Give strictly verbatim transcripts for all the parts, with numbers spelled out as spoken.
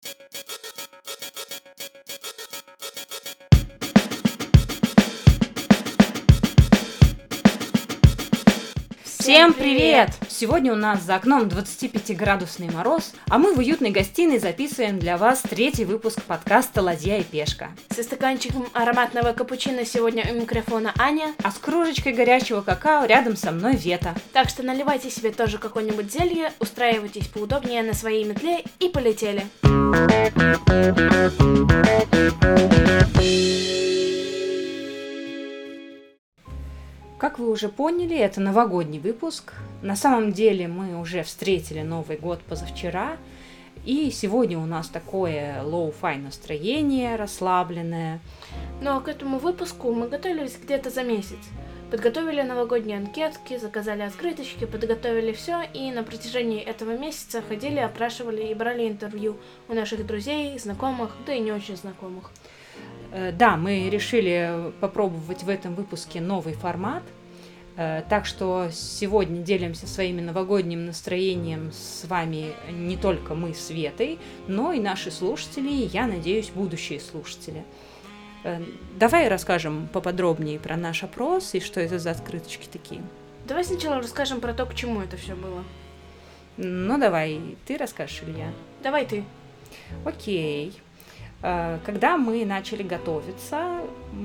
Всем привет! Сегодня у нас за окном двадцатипятиградусный мороз, а мы в уютной гостиной записываем для вас третий выпуск подкаста «Ладья и пешка». Со стаканчиком ароматного капучино сегодня у микрофона Аня, а с кружечкой горячего какао рядом со мной Вета. Так что наливайте себе тоже какое-нибудь зелье, устраивайтесь поудобнее на своей метле и полетели. Как вы уже поняли, это новогодний выпуск. На самом деле мы уже встретили Новый год позавчера, и сегодня у нас такое лоу-фай настроение, расслабленное. Но к этому выпуску мы готовились где-то за месяц. Подготовили новогодние анкетки, заказали открыточки, подготовили все, и на протяжении этого месяца ходили, опрашивали и брали интервью у наших друзей, знакомых, да и не очень знакомых. Да, мы решили попробовать в этом выпуске новый формат, так что сегодня делимся своим новогодним настроением с вами не только мы с Ветой, но и наши слушатели, и, я надеюсь, будущие слушатели. Давай расскажем поподробнее про наш опрос и что это за открыточки такие. Давай сначала расскажем про то, к чему это все было. Ну давай, ты расскажешь, или я? Давай ты. Окей. Когда мы начали готовиться,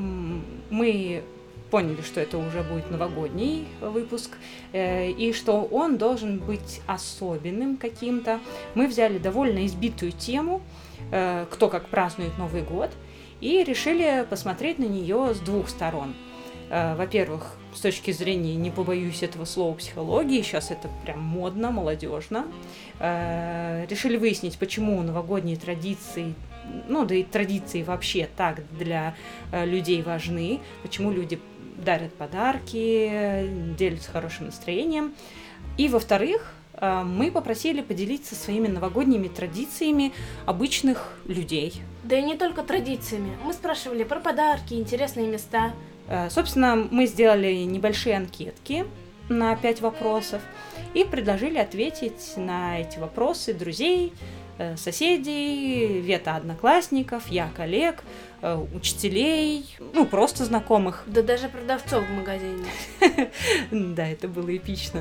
мы поняли, что это уже будет новогодний выпуск, и что он должен быть особенным каким-то. Мы взяли довольно избитую тему, кто как празднует Новый год, и решили посмотреть на нее с двух сторон. Во-первых, с точки зрения, не побоюсь этого слова, психологии, сейчас это прям модно, молодежно. Решили выяснить, почему новогодние традиции, ну да и традиции вообще так для людей важны, почему люди дарят подарки, делятся хорошим настроением. И, во-вторых, мы попросили поделиться своими новогодними традициями обычных людей. Да и не только традициями. Мы спрашивали про подарки, интересные места. Собственно, мы сделали небольшие анкетки на пять вопросов и предложили ответить на эти вопросы друзей, соседей, Вета одноклассников, я коллег, учителей, ну просто знакомых. Да даже продавцов в магазине. Да, это было эпично.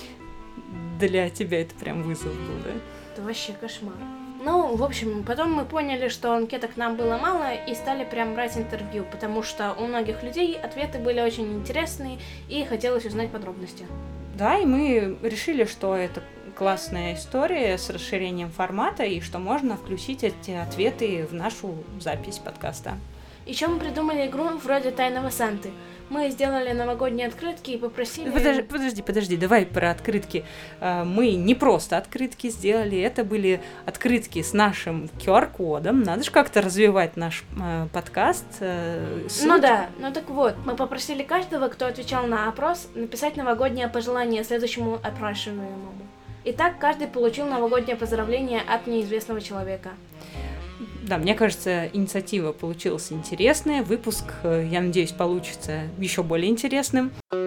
Для тебя это прям вызов был, да? Это вообще кошмар. Ну, в общем, потом мы поняли, что анкеток нам было мало, и стали прям брать интервью, потому что у многих людей ответы были очень интересные, и хотелось узнать подробности. Да, и мы решили, что это классная история с расширением формата, и что можно включить эти ответы в нашу запись подкаста. Еще мы придумали игру вроде Тайного Санты. Мы сделали новогодние открытки и попросили... Подожди, подожди, подожди, давай про открытки. Мы не просто открытки сделали, это были открытки с нашим ку ар-кодом. Надо же как-то развивать наш э, подкаст. Э, ну да, ну так вот, мы попросили каждого, кто отвечал на опрос, написать новогоднее пожелание следующему опрашиваемому. Итак, каждый получил новогоднее поздравление от неизвестного человека. Да, мне кажется, инициатива получилась интересная. Выпуск, я надеюсь, получится еще более интересным.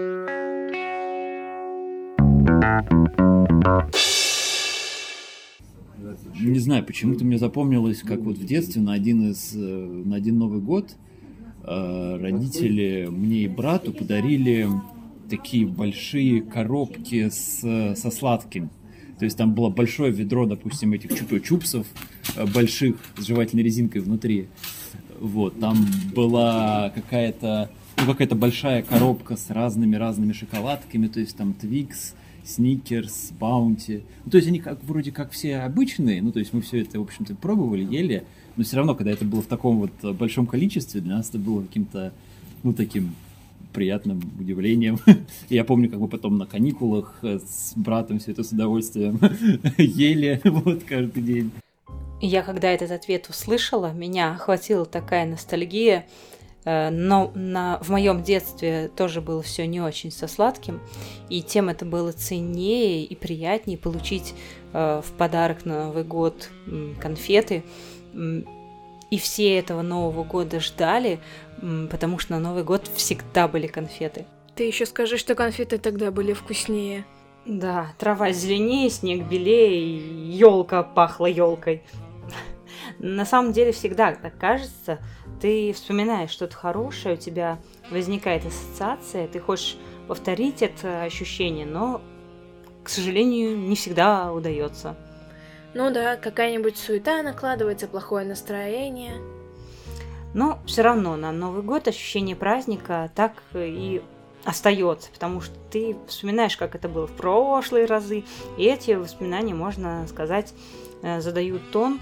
Не знаю, почему-то мне запомнилось, как вот в детстве на один из на один Новый год родители мне и брату подарили такие большие коробки с, со сладким. То есть там было большое ведро, допустим, этих чупа-чупсов больших с жевательной резинкой внутри. Вот, там была какая-то, ну, какая-то большая коробка с разными-разными шоколадками, то есть там Твикс, Сникерс, Баунти. Ну, то есть они как, вроде как все обычные, ну, то есть мы все это, в общем-то, пробовали, ели, но все равно, когда это было в таком вот большом количестве, для нас это было каким-то, ну, таким приятным удивлением. Я помню, как мы потом на каникулах с братом все это с удовольствием ели вот каждый день. Я когда этот ответ услышала, меня охватила такая ностальгия, но на, в моем детстве тоже было все не очень со сладким, и тем это было ценнее и приятнее получить в подарок на Новый год конфеты. И все этого Нового года ждали, потому что на Новый год всегда были конфеты. Ты еще скажи, что конфеты тогда были вкуснее. Да, трава зеленее, снег белее, елка пахла елкой. На самом деле всегда так кажется. Ты вспоминаешь что-то хорошее, у тебя возникает ассоциация, ты хочешь повторить это ощущение, но, к сожалению, не всегда удается. Ну да, какая-нибудь суета накладывается, плохое настроение. Но все равно на Новый год ощущение праздника так и остается, потому что ты вспоминаешь, как это было в прошлые разы, и эти воспоминания, можно сказать, задают тон.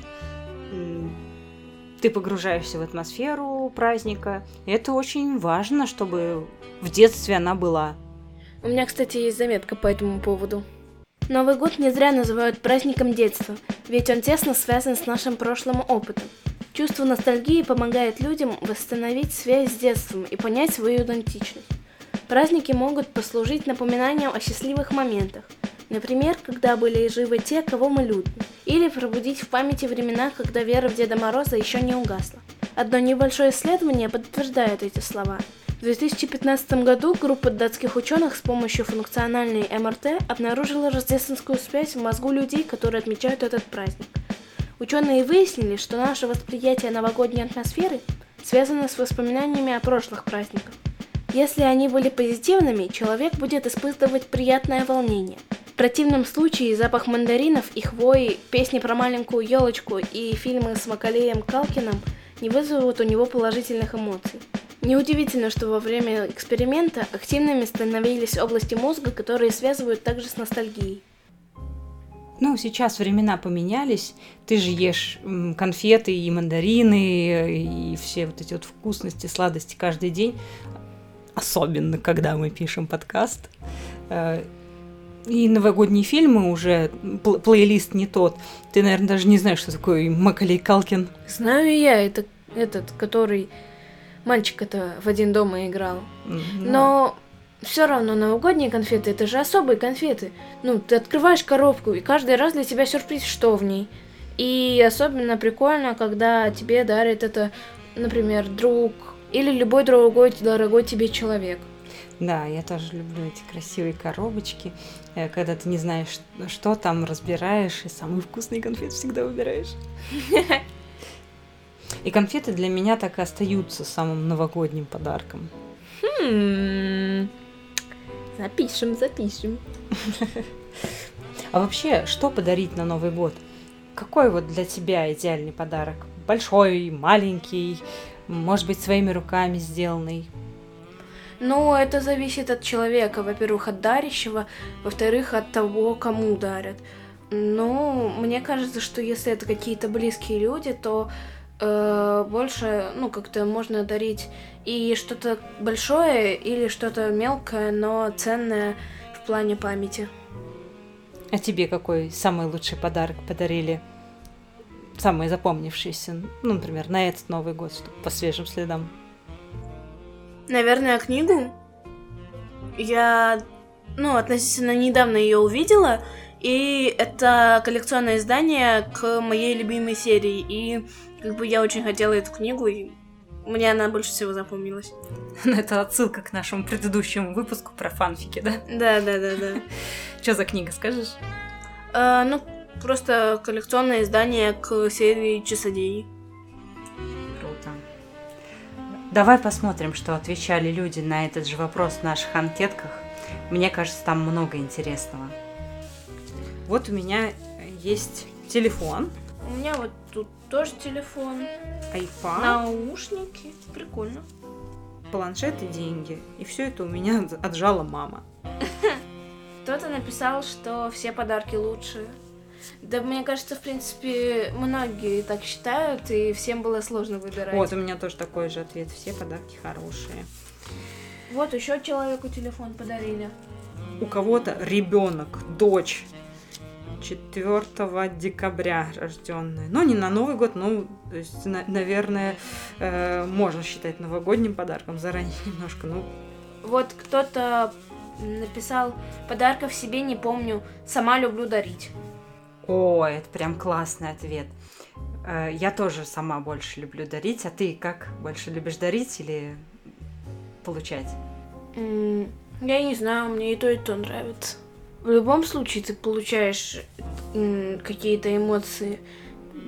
Ты погружаешься в атмосферу праздника, и это очень важно, чтобы в детстве она была. У меня, кстати, есть заметка по этому поводу. Новый год не зря называют праздником детства, ведь он тесно связан с нашим прошлым опытом. Чувство ностальгии помогает людям восстановить связь с детством и понять свою идентичность. Праздники могут послужить напоминанием о счастливых моментах, например, когда были живы те, кого мы любим, или пробудить в памяти времена, когда вера в Деда Мороза еще не угасла. Одно небольшое исследование подтверждает эти слова. В две тысячи пятнадцатом году группа датских ученых с помощью функциональной эм эр тэ обнаружила рождественскую связь в мозгу людей, которые отмечают этот праздник. Ученые выяснили, что наше восприятие новогодней атмосферы связано с воспоминаниями о прошлых праздниках. Если они были позитивными, человек будет испытывать приятное волнение. В противном случае запах мандаринов и хвои, песни про маленькую елочку и фильмы с Маколеем Калкиным не вызовут у него положительных эмоций. Неудивительно, что во время эксперимента активными становились области мозга, которые связывают также с ностальгией. Ну, сейчас времена поменялись, ты же ешь конфеты и мандарины, и все вот эти вот вкусности, сладости каждый день, особенно когда мы пишем подкаст. И новогодние фильмы уже, пл- плейлист не тот. Ты, наверное, даже не знаешь, что такое Маколей Калкин. Знаю я, это этот, который мальчик это в «Один дома» играл. Mm-hmm. Но все равно новогодние конфеты — это же особые конфеты. Ну, ты открываешь коробку, и каждый раз для тебя сюрприз, что в ней. И особенно прикольно, когда тебе дарит это, например, друг или любой другой дорогой тебе человек. Да, я тоже люблю эти красивые коробочки, когда ты не знаешь, что там, разбираешь, и самые вкусные конфеты всегда выбираешь. И конфеты для меня так и остаются самым новогодним подарком. Хм. Запишем, запишем. А вообще, что подарить на Новый год? Какой вот для тебя идеальный подарок? Большой, маленький, может быть, своими руками сделанный? Ну, это зависит от человека. Во-первых, от дарящего, во-вторых, от того, кому дарят. Ну, мне кажется, что если это какие-то близкие люди, то э, больше, ну, как-то можно дарить и что-то большое или что-то мелкое, но ценное в плане памяти. А тебе какой самый лучший подарок подарили? Самый запомнившийся, ну, например, на этот Новый год, чтобы по свежим следам. Наверное, книгу. Я, ну, относительно недавно ее увидела, и это коллекционное издание к моей любимой серии, и как бы я очень хотела эту книгу, и мне она больше всего запомнилась. Это отсылка к нашему предыдущему выпуску про фанфики, да? Да, да, да, да. Что за книга, скажешь? А, ну, просто коллекционное издание к серии Часодеи. Круто. Давай посмотрим, что отвечали люди на этот же вопрос в наших анкетках. Мне кажется, там много интересного. Вот у меня есть телефон. У меня вот тут тоже телефон. iPad. Наушники. Прикольно. Планшет и деньги. И все это у меня отжала мама. Кто-то написал, что все подарки лучшие. Да, мне кажется, в принципе, многие так считают, и всем было сложно выбирать. Вот, у меня тоже такой же ответ. Все подарки хорошие. Вот еще человеку телефон подарили. У кого-то ребенок, дочь, четвёртого декабря рожденная. Но не на Новый год, ну, то есть, на, наверное, э, можно считать новогодним подарком заранее немножко. Ну. Вот кто-то написал: подарков себе не помню, сама люблю дарить. О, это прям классный ответ. Э, я тоже сама больше люблю дарить. А ты как? Больше любишь дарить или получать? Mm, я не знаю, мне и то, и то нравится. В любом случае ты получаешь м, какие-то эмоции.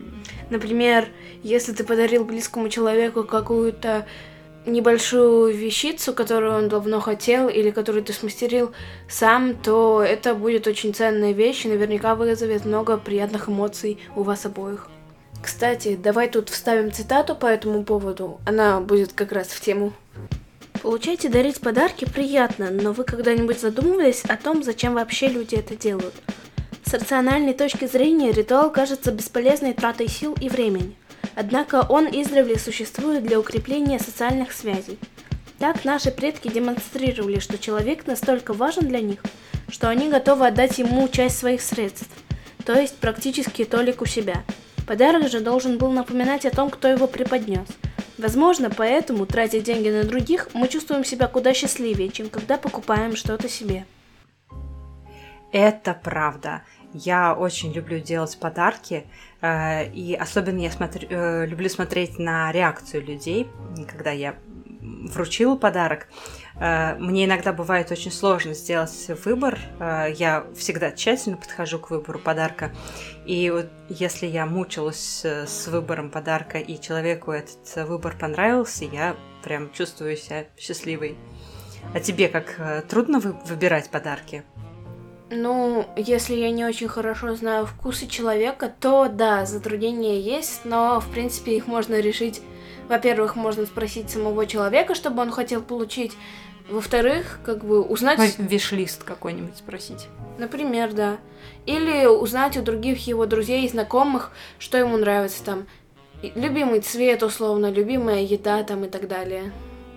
Например, если ты подарил близкому человеку какую-то небольшую вещицу, которую он давно хотел или которую ты смастерил сам, то это будет очень ценная вещь и наверняка вызовет много приятных эмоций у вас обоих. Кстати, давай тут вставим цитату по этому поводу, она будет как раз в тему. Получать и дарить подарки приятно, но вы когда-нибудь задумывались о том, зачем вообще люди это делают? С рациональной точки зрения ритуал кажется бесполезной тратой сил и времени. Однако он издревле существует для укрепления социальных связей. Так наши предки демонстрировали, что человек настолько важен для них, что они готовы отдать ему часть своих средств, то есть практически толику себя. Подарок же должен был напоминать о том, кто его преподнес. Возможно, поэтому, тратя деньги на других, мы чувствуем себя куда счастливее, чем когда покупаем что-то себе. Это правда. Я очень люблю делать подарки, э, и особенно я смотрю, э, люблю смотреть на реакцию людей, когда я вручила подарок. Э, мне иногда бывает очень сложно сделать выбор. Э, я всегда тщательно подхожу к выбору подарка. И вот если я мучилась с выбором подарка, и человеку этот выбор понравился, я прям чувствую себя счастливой. А тебе как, трудно вы- выбирать подарки? Ну, если я не очень хорошо знаю вкусы человека, то да, затруднения есть, но в принципе их можно решить. Во-первых, можно спросить самого человека, чтобы он хотел получить. Во-вторых, как бы узнать... Виш-лист какой-нибудь спросить. Например, да. Или узнать у других его друзей и знакомых, что ему нравится там. Любимый цвет, условно, любимая еда там и так далее.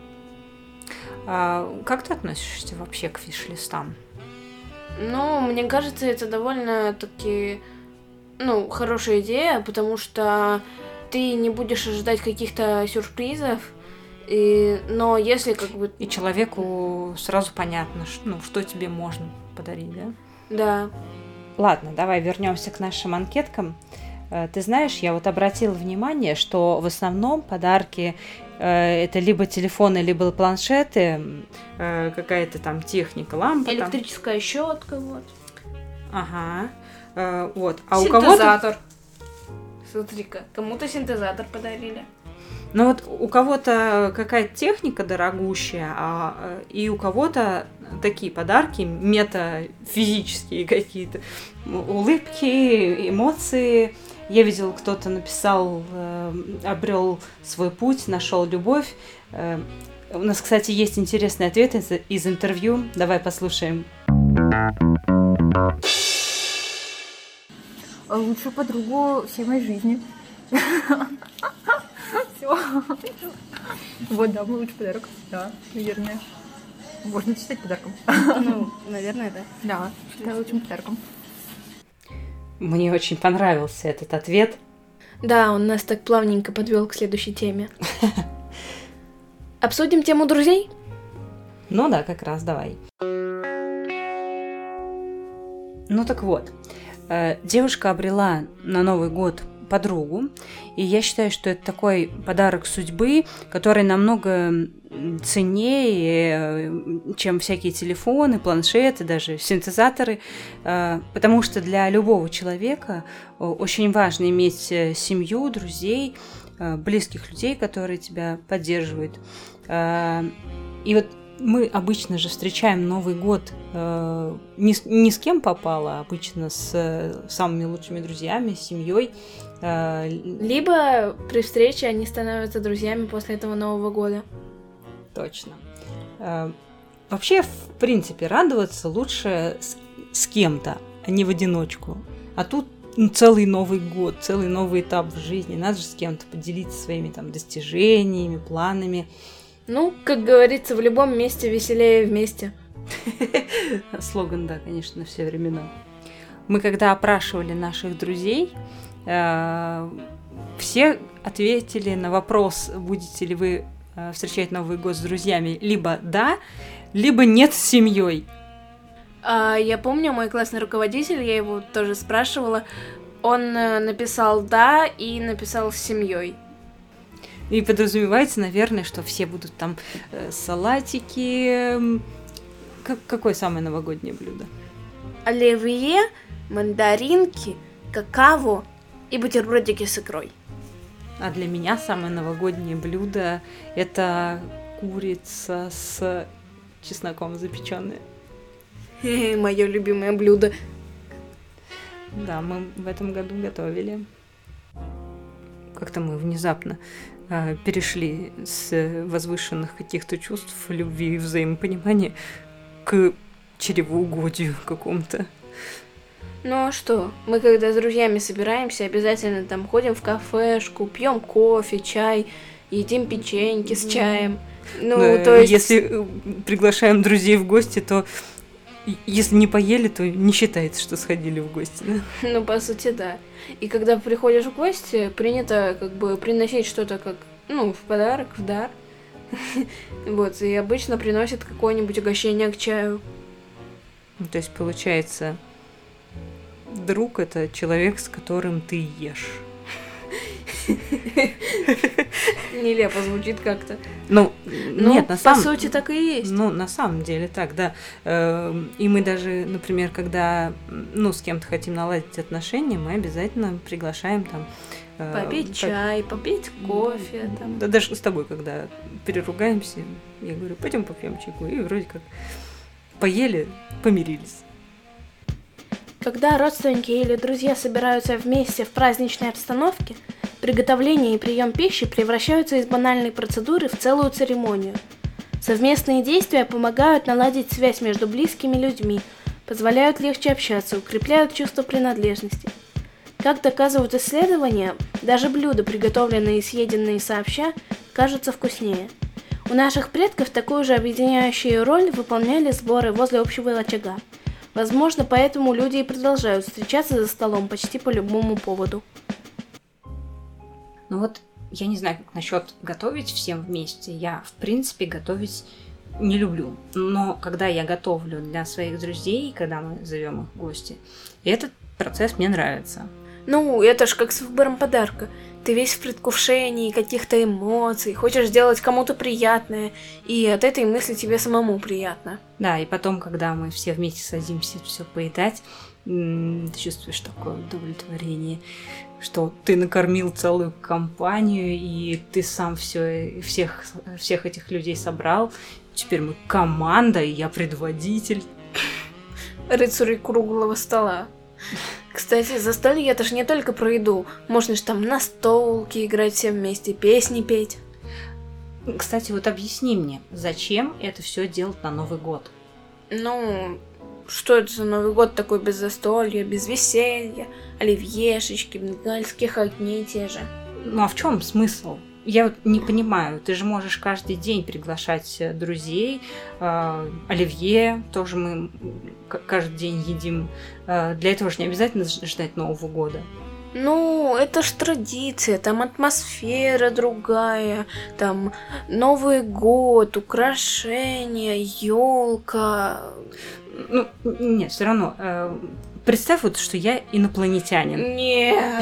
А как ты относишься вообще к виш-листам? Ну, мне кажется, это довольно-таки, ну, хорошая идея, потому что ты не будешь ожидать каких-то сюрпризов, и, но если как бы... И человеку сразу понятно, ну, что тебе можно подарить, да? Да. Ладно, давай вернемся к нашим анкеткам. Ты знаешь, я вот обратила внимание, что в основном подарки э, это либо телефоны, либо планшеты, э, какая-то там техника, лампа. Электрическая там. Щетка, вот. Ага. Э, вот. А синтезатор. У кого-то... Смотри-ка, кому-то синтезатор подарили. Ну вот у кого-то какая-то техника дорогущая, а, и у кого-то такие подарки метафизические какие-то. Улыбки, эмоции. Я видела, кто-то написал, э, обрел свой путь, нашел любовь. Э, у нас, кстати, есть интересный ответ из, из интервью. Давай послушаем. Лучшую подругу всей моей жизни. Все. Вот, да, мой лучший подарок. Да, наверное. Можно считать подарком. Ну, наверное, да. Да, считаю лучшим подарком. Мне очень понравился этот ответ. Да, он нас так плавненько подвел к следующей теме. Обсудим тему друзей? Ну да, как раз, давай. Ну так вот, девушка обрела на Новый год подругу, и я считаю, что это такой подарок судьбы, который намного ценнее, чем всякие телефоны, планшеты, даже синтезаторы, потому что для любого человека очень важно иметь семью, друзей, близких людей, которые тебя поддерживают. И вот мы обычно же встречаем Новый год э, не, с, не с кем попало, а обычно с э, самыми лучшими друзьями, с семьей. Э, Либо при встрече они становятся друзьями после этого Нового года. Точно. Э, вообще, в принципе, радоваться лучше с, с кем-то, а не в одиночку. А тут ну, целый Новый год, целый новый этап в жизни. Надо же с кем-то поделиться своими там достижениями, планами. Ну, как говорится, в любом месте веселее вместе. Слоган, да, конечно, на все времена. Мы когда опрашивали наших друзей, э, все ответили на вопрос, будете ли вы э, встречать Новый год с друзьями, либо да, либо нет с семьей. А, я помню, мой классный руководитель, я его тоже спрашивала, он э, написал да и написал с семьей. И подразумевается, наверное, что все будут там э, салатики. Как, какое самое новогоднее блюдо? Оливье, мандаринки, какао и бутербродики с икрой. А для меня самое новогоднее блюдо – это курица с чесноком запеченная. Мое любимое блюдо. Да, мы в этом году готовили. Как-то мы внезапно э, перешли с возвышенных каких-то чувств, любви и взаимопонимания к чревоугодию какому-то. Ну а что? Мы когда с друзьями собираемся, обязательно там ходим в кафешку, пьем кофе, чай, едим печеньки с чаем. Ну, Да, то есть... Если приглашаем друзей в гости, то если не поели, то не считается, что сходили в гости. Да? Ну, по сути, да. И когда приходишь в гости, принято как бы приносить что-то как, ну, в подарок, в дар. Вот, и обычно приносят какое-нибудь угощение к чаю. То есть, получается, друг — это человек, с которым ты ешь. Нелепо звучит как-то. Ну, ну нет, на по самом... сути, так и есть. Ну, на самом деле так, да. И мы даже, например, когда, ну, с кем-то хотим наладить отношения, мы обязательно приглашаем там... Попить по... чай, попить кофе. Там. Да даже с тобой, когда переругаемся, я говорю, пойдем попьем чайку. И вроде как поели, помирились. Когда родственники или друзья собираются вместе в праздничной обстановке, приготовление и прием пищи превращаются из банальной процедуры в целую церемонию. Совместные действия помогают наладить связь между близкими людьми, позволяют легче общаться, укрепляют чувство принадлежности. Как доказывают исследования, даже блюда, приготовленные и съеденные сообща, кажутся вкуснее. У наших предков такую же объединяющую роль выполняли сборы возле общего очага. Возможно, поэтому люди и продолжают встречаться за столом почти по любому поводу. Ну вот, я не знаю, как насчет готовить всем вместе. Я, в принципе, готовить не люблю. Но когда я готовлю для своих друзей, когда мы зовем их в гости, этот процесс мне нравится. Ну, это ж как с выбором подарка. Ты весь в предвкушении каких-то эмоций, хочешь сделать кому-то приятное, и от этой мысли тебе самому приятно. Да, и потом, когда мы все вместе садимся все поедать, ты чувствуешь такое удовлетворение, что ты накормил целую компанию, и ты сам все, всех, всех этих людей собрал. Теперь мы команда, и я предводитель. Рыцари круглого стола. Кстати, застолье это ж не только про еду. Можно ж там на столке играть все вместе, песни петь. Кстати, вот объясни мне, зачем это все делать на Новый год? Ну, что это за Новый год такой без застолья, без веселья, оливьешечки, бенгальских огней те же? Ну а в чем смысл? Я вот не понимаю, ты же можешь каждый день приглашать друзей, э, оливье тоже мы каждый день едим. Э, для этого же не обязательно ждать Нового года. Ну, это ж традиция, там атмосфера другая, там Новый год, украшения, елка. Ну, нет, все равно. Э, представь вот, что я инопланетянин. Нет.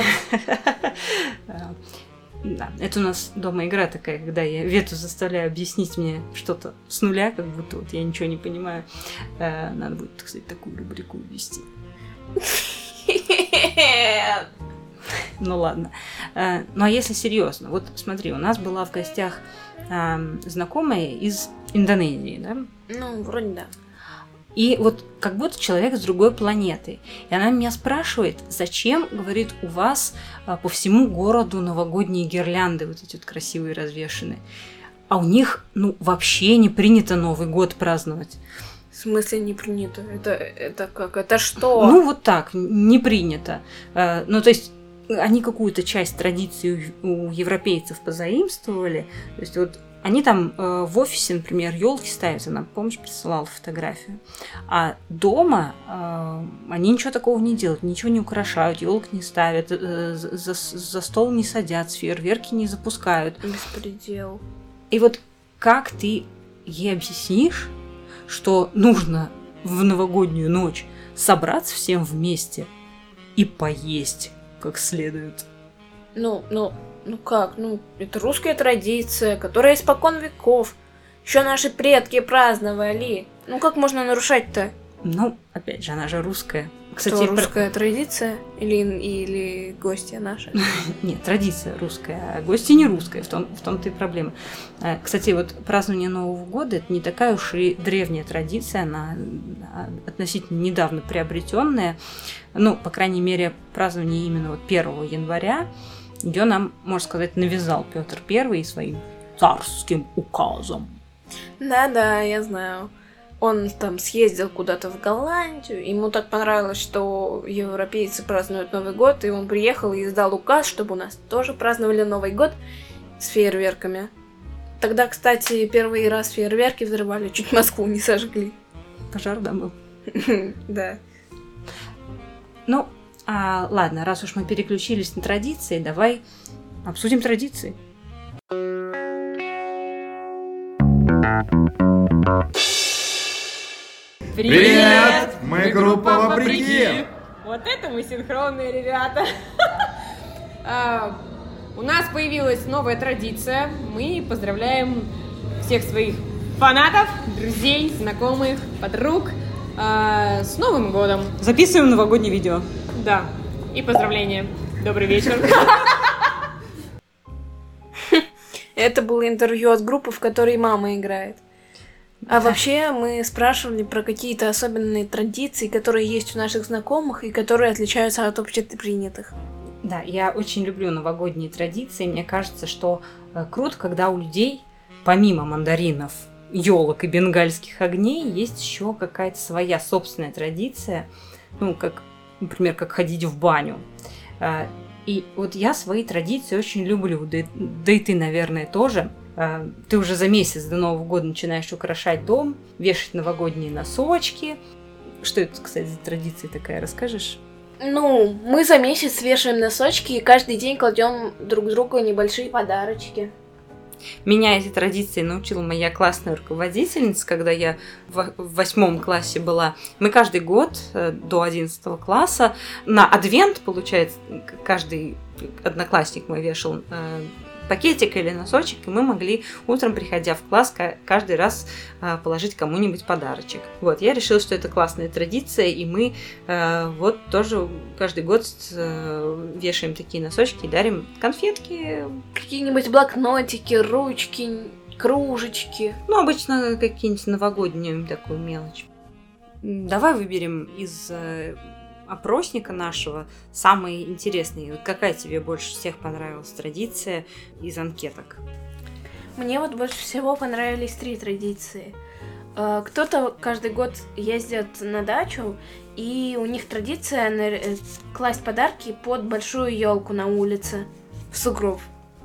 Да, это у нас дома игра такая, когда я Вету заставляю объяснить мне что-то с нуля, как будто вот я ничего не понимаю. Э, надо будет, кстати, такую рубрику ввести. Ну ладно. Э, ну а если серьезно, вот смотри, у нас была в гостях э, знакомая из Индонезии, да? Ну, вроде да. И вот как будто человек с другой планеты. И она меня спрашивает, зачем, говорит, у вас а, по всему городу новогодние гирлянды вот эти вот красивые развешаны. А у них, ну, вообще не принято Новый год праздновать. В смысле не принято? Это, это как? Это что? Ну, вот так, не принято. А, ну, то есть они какую-то часть традиций у европейцев позаимствовали. То есть вот они там э, в офисе, например, елки ставят, она, помнишь, присылала фотографию. А дома э, они ничего такого не делают, ничего не украшают, елок не ставят, э, за, за стол не садятся, фейерверки не запускают. Беспредел. И вот как ты ей объяснишь, что нужно в новогоднюю ночь собраться всем вместе и поесть как следует? Ну, ну... Ну как, ну, это русская традиция, которая испокон веков. Еще наши предки праздновали. Ну как можно нарушать-то? Ну, опять же, она же русская. Кстати, Что, про- русская традиция или, или гостья наша? Нет, традиция русская, а гости не русская, в, том, в том-то и проблема. Э, Кстати, вот празднование Нового года – это не такая уж и древняя традиция, она а, относительно недавно приобретенная. Ну, по крайней мере, празднование именно вот первого января ее нам, можно сказать, навязал Петр Первый своим царским указом. Да-да, я знаю. Он там съездил куда-то в Голландию, ему так понравилось, что европейцы празднуют Новый год, и он приехал и издал указ, чтобы у нас тоже праздновали Новый год с фейерверками. Тогда, кстати, первый раз фейерверки взрывали, чуть Москву не сожгли. Пожар, да, был. Да. Ну, а, ладно, раз уж мы переключились на традиции, давай обсудим традиции. Привет! Мы группа «Вопреки». Вот это мы синхронные ребята. А, у нас появилась новая традиция. Мы поздравляем всех своих фанатов, друзей, знакомых, подруг а, с Новым годом. Записываем новогоднее видео. Да. И поздравления. Добрый вечер. Это было интервью от группы, в которой мама играет. А вообще мы спрашивали про какие-то особенные традиции, которые есть у наших знакомых и которые отличаются от общепринятых. Да, я очень люблю новогодние традиции. Мне кажется, что э, круто, когда у людей, помимо мандаринов, елок и бенгальских огней, есть еще какая-то своя собственная традиция. Ну, как, например, как ходить в баню. Э, и вот я свои традиции очень люблю, да, да и ты, наверное, тоже. Э, ты уже за месяц до Нового года начинаешь украшать дом, вешать новогодние носочки. Что это, кстати, за традиция такая, расскажешь? Ну, мы за месяц вешаем носочки и каждый день кладем друг другу небольшие подарочки. Меня этой традиции научила моя классная руководительница, когда я в восьмом классе была. Мы каждый год э, до одиннадцатого класса на адвент, получается, каждый одноклассник мой вешал э, пакетик или носочек, и мы могли утром, приходя в класс, каждый раз э, положить кому-нибудь подарочек. Вот, я решила, что это классная традиция, и мы э, вот тоже каждый год э, вешаем такие носочки и дарим конфетки. Какие-нибудь блокнотики, ручки, кружечки. Ну, обычно какие-нибудь новогоднюю такую мелочь. Давай выберем из э, опросника нашего самые интересные. Вот какая тебе больше всех понравилась традиция из анкеток? Мне вот больше всего понравились три традиции. Э, Кто-то каждый год ездит на дачу, и у них традиция на- класть подарки под большую елку на улице в сугроб.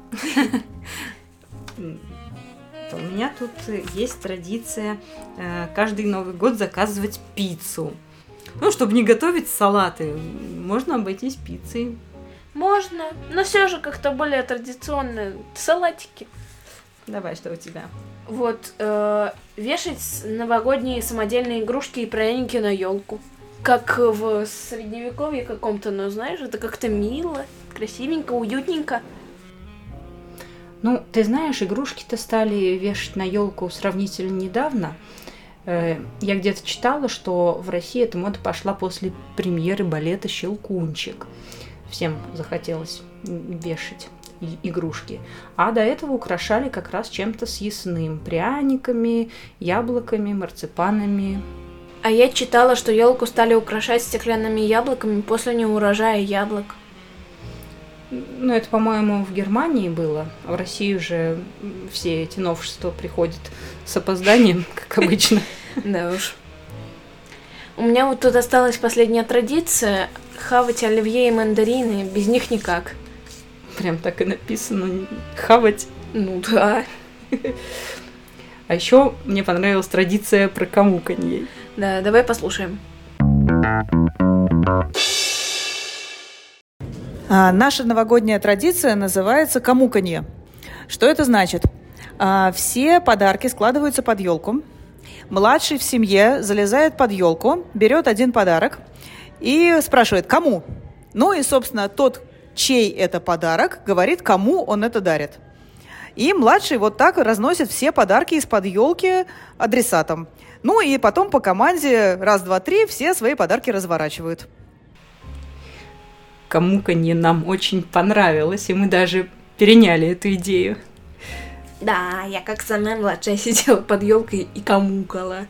У меня тут есть традиция э, каждый Новый год заказывать пиццу. Ну, чтобы не готовить салаты, можно обойтись пиццей. Можно, но все же как-то более традиционно. Салатики. Давай, что у тебя? Вот, э, вешать с- новогодние самодельные игрушки и пряники на елку. Как в средневековье каком-то, но знаешь, это как-то мило, красивенько, уютненько. Ну, ты знаешь, игрушки-то стали вешать на елку сравнительно недавно. Э, Я где-то читала, что в России эта мода пошла после премьеры балета «Щелкунчик». Всем захотелось м, вешать и- игрушки. А до этого украшали как раз чем-то съестным. Пряниками, яблоками, марципанами. А я читала, что елку стали украшать стеклянными яблоками после неурожая яблок. Ну, это, по-моему, в Германии было. А в России уже м, все эти новшества приходят с опозданием, как обычно. Да уж. У меня вот тут осталась последняя традиция — хавать оливье и мандарины, без них никак. Прям так и написано. Хавать. Ну да. А еще мне понравилась традиция про камуканье. Да, давай послушаем. А, Наша новогодняя традиция называется камуканье. Что это значит? А, Все подарки складываются под елку. Младший в семье залезает под елку, берет один подарок и спрашивает, кому? Ну и, собственно, тот, чей это подарок, говорит, кому он это дарит. И младший вот так разносит все подарки из-под елки адресатам. Ну и потом по команде раз, два, три все свои подарки разворачивают. камуканье нам очень понравилось, и мы даже переняли эту идею. Да, я как самая младшая сидела под елкой и камукала.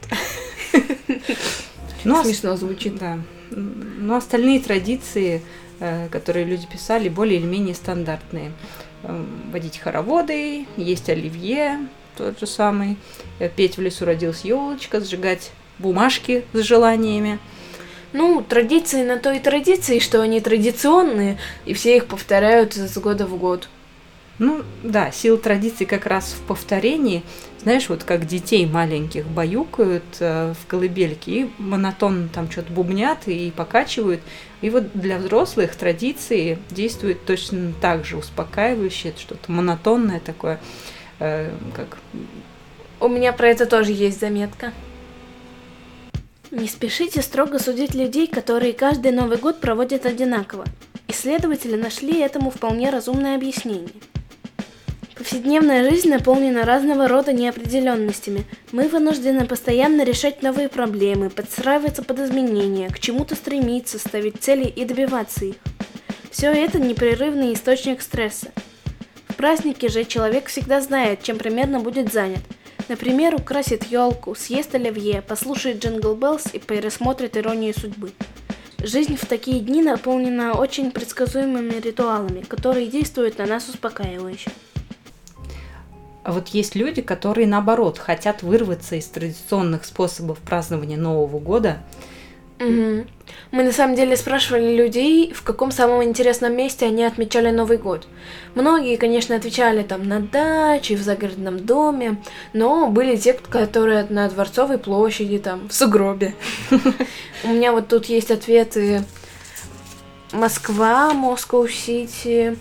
Но, Смешно звучит. Да. Но остальные традиции, э, которые люди писали, более или менее стандартные. Э, водить хороводы, есть оливье, тот же самый, э, петь «В лесу родилась елочка», сжигать бумажки с желаниями. Ну, традиции на то и традиции, что они традиционные, и все их повторяют с года в год. Ну, да, сила традиций как раз в повторении. Знаешь, вот как детей маленьких баюкают э, в колыбельке и монотонно там что-то бубнят и покачивают. И вот для взрослых традиции действуют точно так же успокаивающе, это что-то монотонное такое, э, как... У меня про это тоже есть заметка. Не спешите строго судить людей, которые каждый Новый год проводят одинаково. Исследователи нашли этому вполне разумное объяснение. Повседневная жизнь наполнена разного рода неопределенностями. Мы вынуждены постоянно решать новые проблемы, подстраиваться под изменения, к чему-то стремиться, ставить цели и добиваться их. Все это непрерывный источник стресса. В празднике же человек всегда знает, чем примерно будет занят. Например, украсит елку, съест оливье, послушает Jingle Bells и пересмотрит «Иронию судьбы». Жизнь в такие дни наполнена очень предсказуемыми ритуалами, которые действуют на нас успокаивающе. А вот есть люди, которые, наоборот, хотят вырваться из традиционных способов празднования Нового года. Угу. Мы на самом деле спрашивали людей, в каком самом интересном месте они отмечали Новый год. Многие, конечно, отвечали там на даче, в загородном доме, но были те, которые на Дворцовой площади, там, в сугробе. У меня вот тут есть ответы: Москва, Москва-Сити,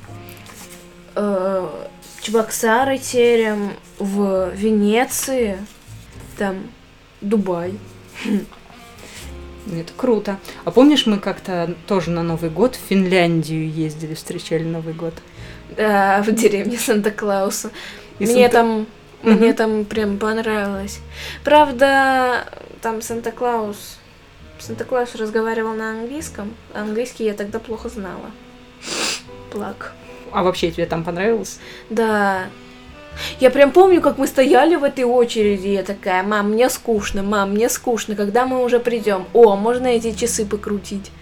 Чебоксары, терем, в Венеции, там, Дубай. Это круто. А помнишь, мы как-то тоже на Новый год в Финляндию ездили, встречали Новый год? Да, в деревне Санта-Клауса. И Мне Санта... там, Угу. мне там прям понравилось. Правда, там Санта-Клаус, Санта-Клаус разговаривал на английском. Английский я тогда плохо знала. Плак. А вообще тебе там понравилось? Да. Я прям помню, как мы стояли в этой очереди, я такая: мам, мне скучно, мам, мне скучно, когда мы уже придем? О, можно эти часы покрутить?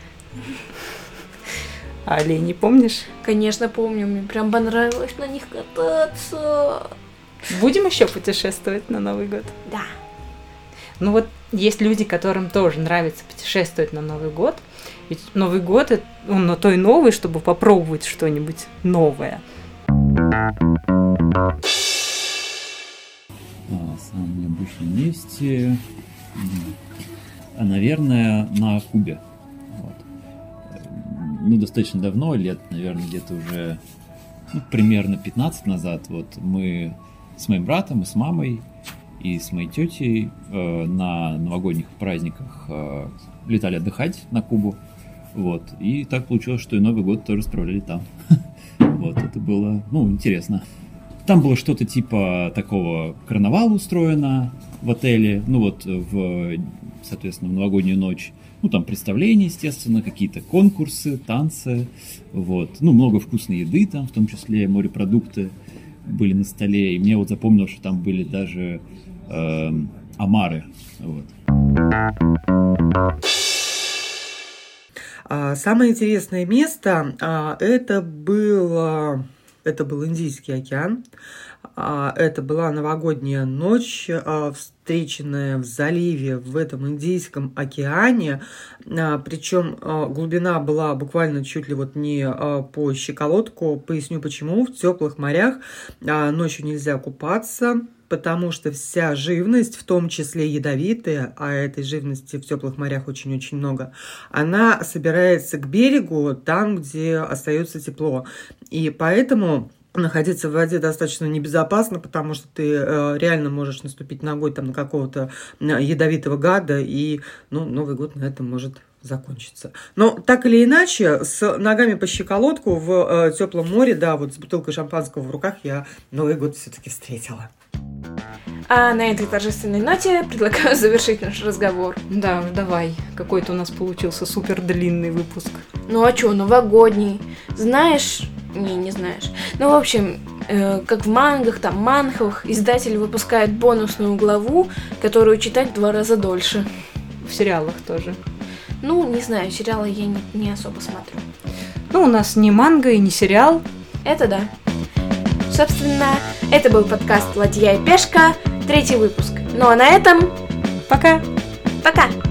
А оленей помнишь? Конечно, помню, мне прям понравилось на них кататься. Будем еще путешествовать на Новый год? Да. Ну вот есть люди, которым тоже нравится путешествовать на Новый год. Ведь Новый год, он на то и новый, чтобы попробовать что-нибудь новое. Самое необычное месте, а, наверное, на Кубе. Вот. Ну, достаточно давно, лет, наверное, где-то уже ну, примерно пятнадцать назад, вот мы с моим братом и с мамой и с моей тетей э, на новогодних праздниках э, летали отдыхать на Кубу. Вот. И так получилось, что и Новый год тоже справляли там. Вот, это было, ну, интересно. Там было что-то типа такого карнавала устроено в отеле, ну вот, в, соответственно, в новогоднюю ночь. Ну, там представления, естественно, какие-то конкурсы, танцы, вот. Ну, много вкусной еды там, в том числе морепродукты были на столе. И мне вот запомнилось, что там были даже э, омары, вот. Самое интересное место это был, это был Индийский океан. Это была новогодняя ночь, встреченная в заливе в этом Индийском океане. Причем глубина была буквально чуть ли вот не по щиколотку. Поясню почему. В теплых морях ночью нельзя купаться, потому что вся живность, в том числе ядовитая, а этой живности в теплых морях очень-очень много, она собирается к берегу, там, где остается тепло. И поэтому находиться в воде достаточно небезопасно, потому что ты э, реально можешь наступить ногой там на какого-то ядовитого гада, и ну, Новый год на этом может закончиться. Но так или иначе, с ногами по щиколотку в э, теплом море, да, вот с бутылкой шампанского в руках я Новый год все-таки встретила. А на этой торжественной ноте предлагаю завершить наш разговор. Да, уж давай. Какой-то у нас получился супер длинный выпуск. Ну а чё, новогодний? Знаешь... Не, не знаешь. Ну, в общем, э, как в мангах, там, манхвах, издатель выпускает бонусную главу, которую читать в два раза дольше. В сериалах тоже. Ну, не знаю, сериалы я не, не особо смотрю. Ну, у нас не манга и не сериал. Это да. Собственно, это был подкаст «Ладья и пешка», третий выпуск. Ну а на этом... Пока! Пока!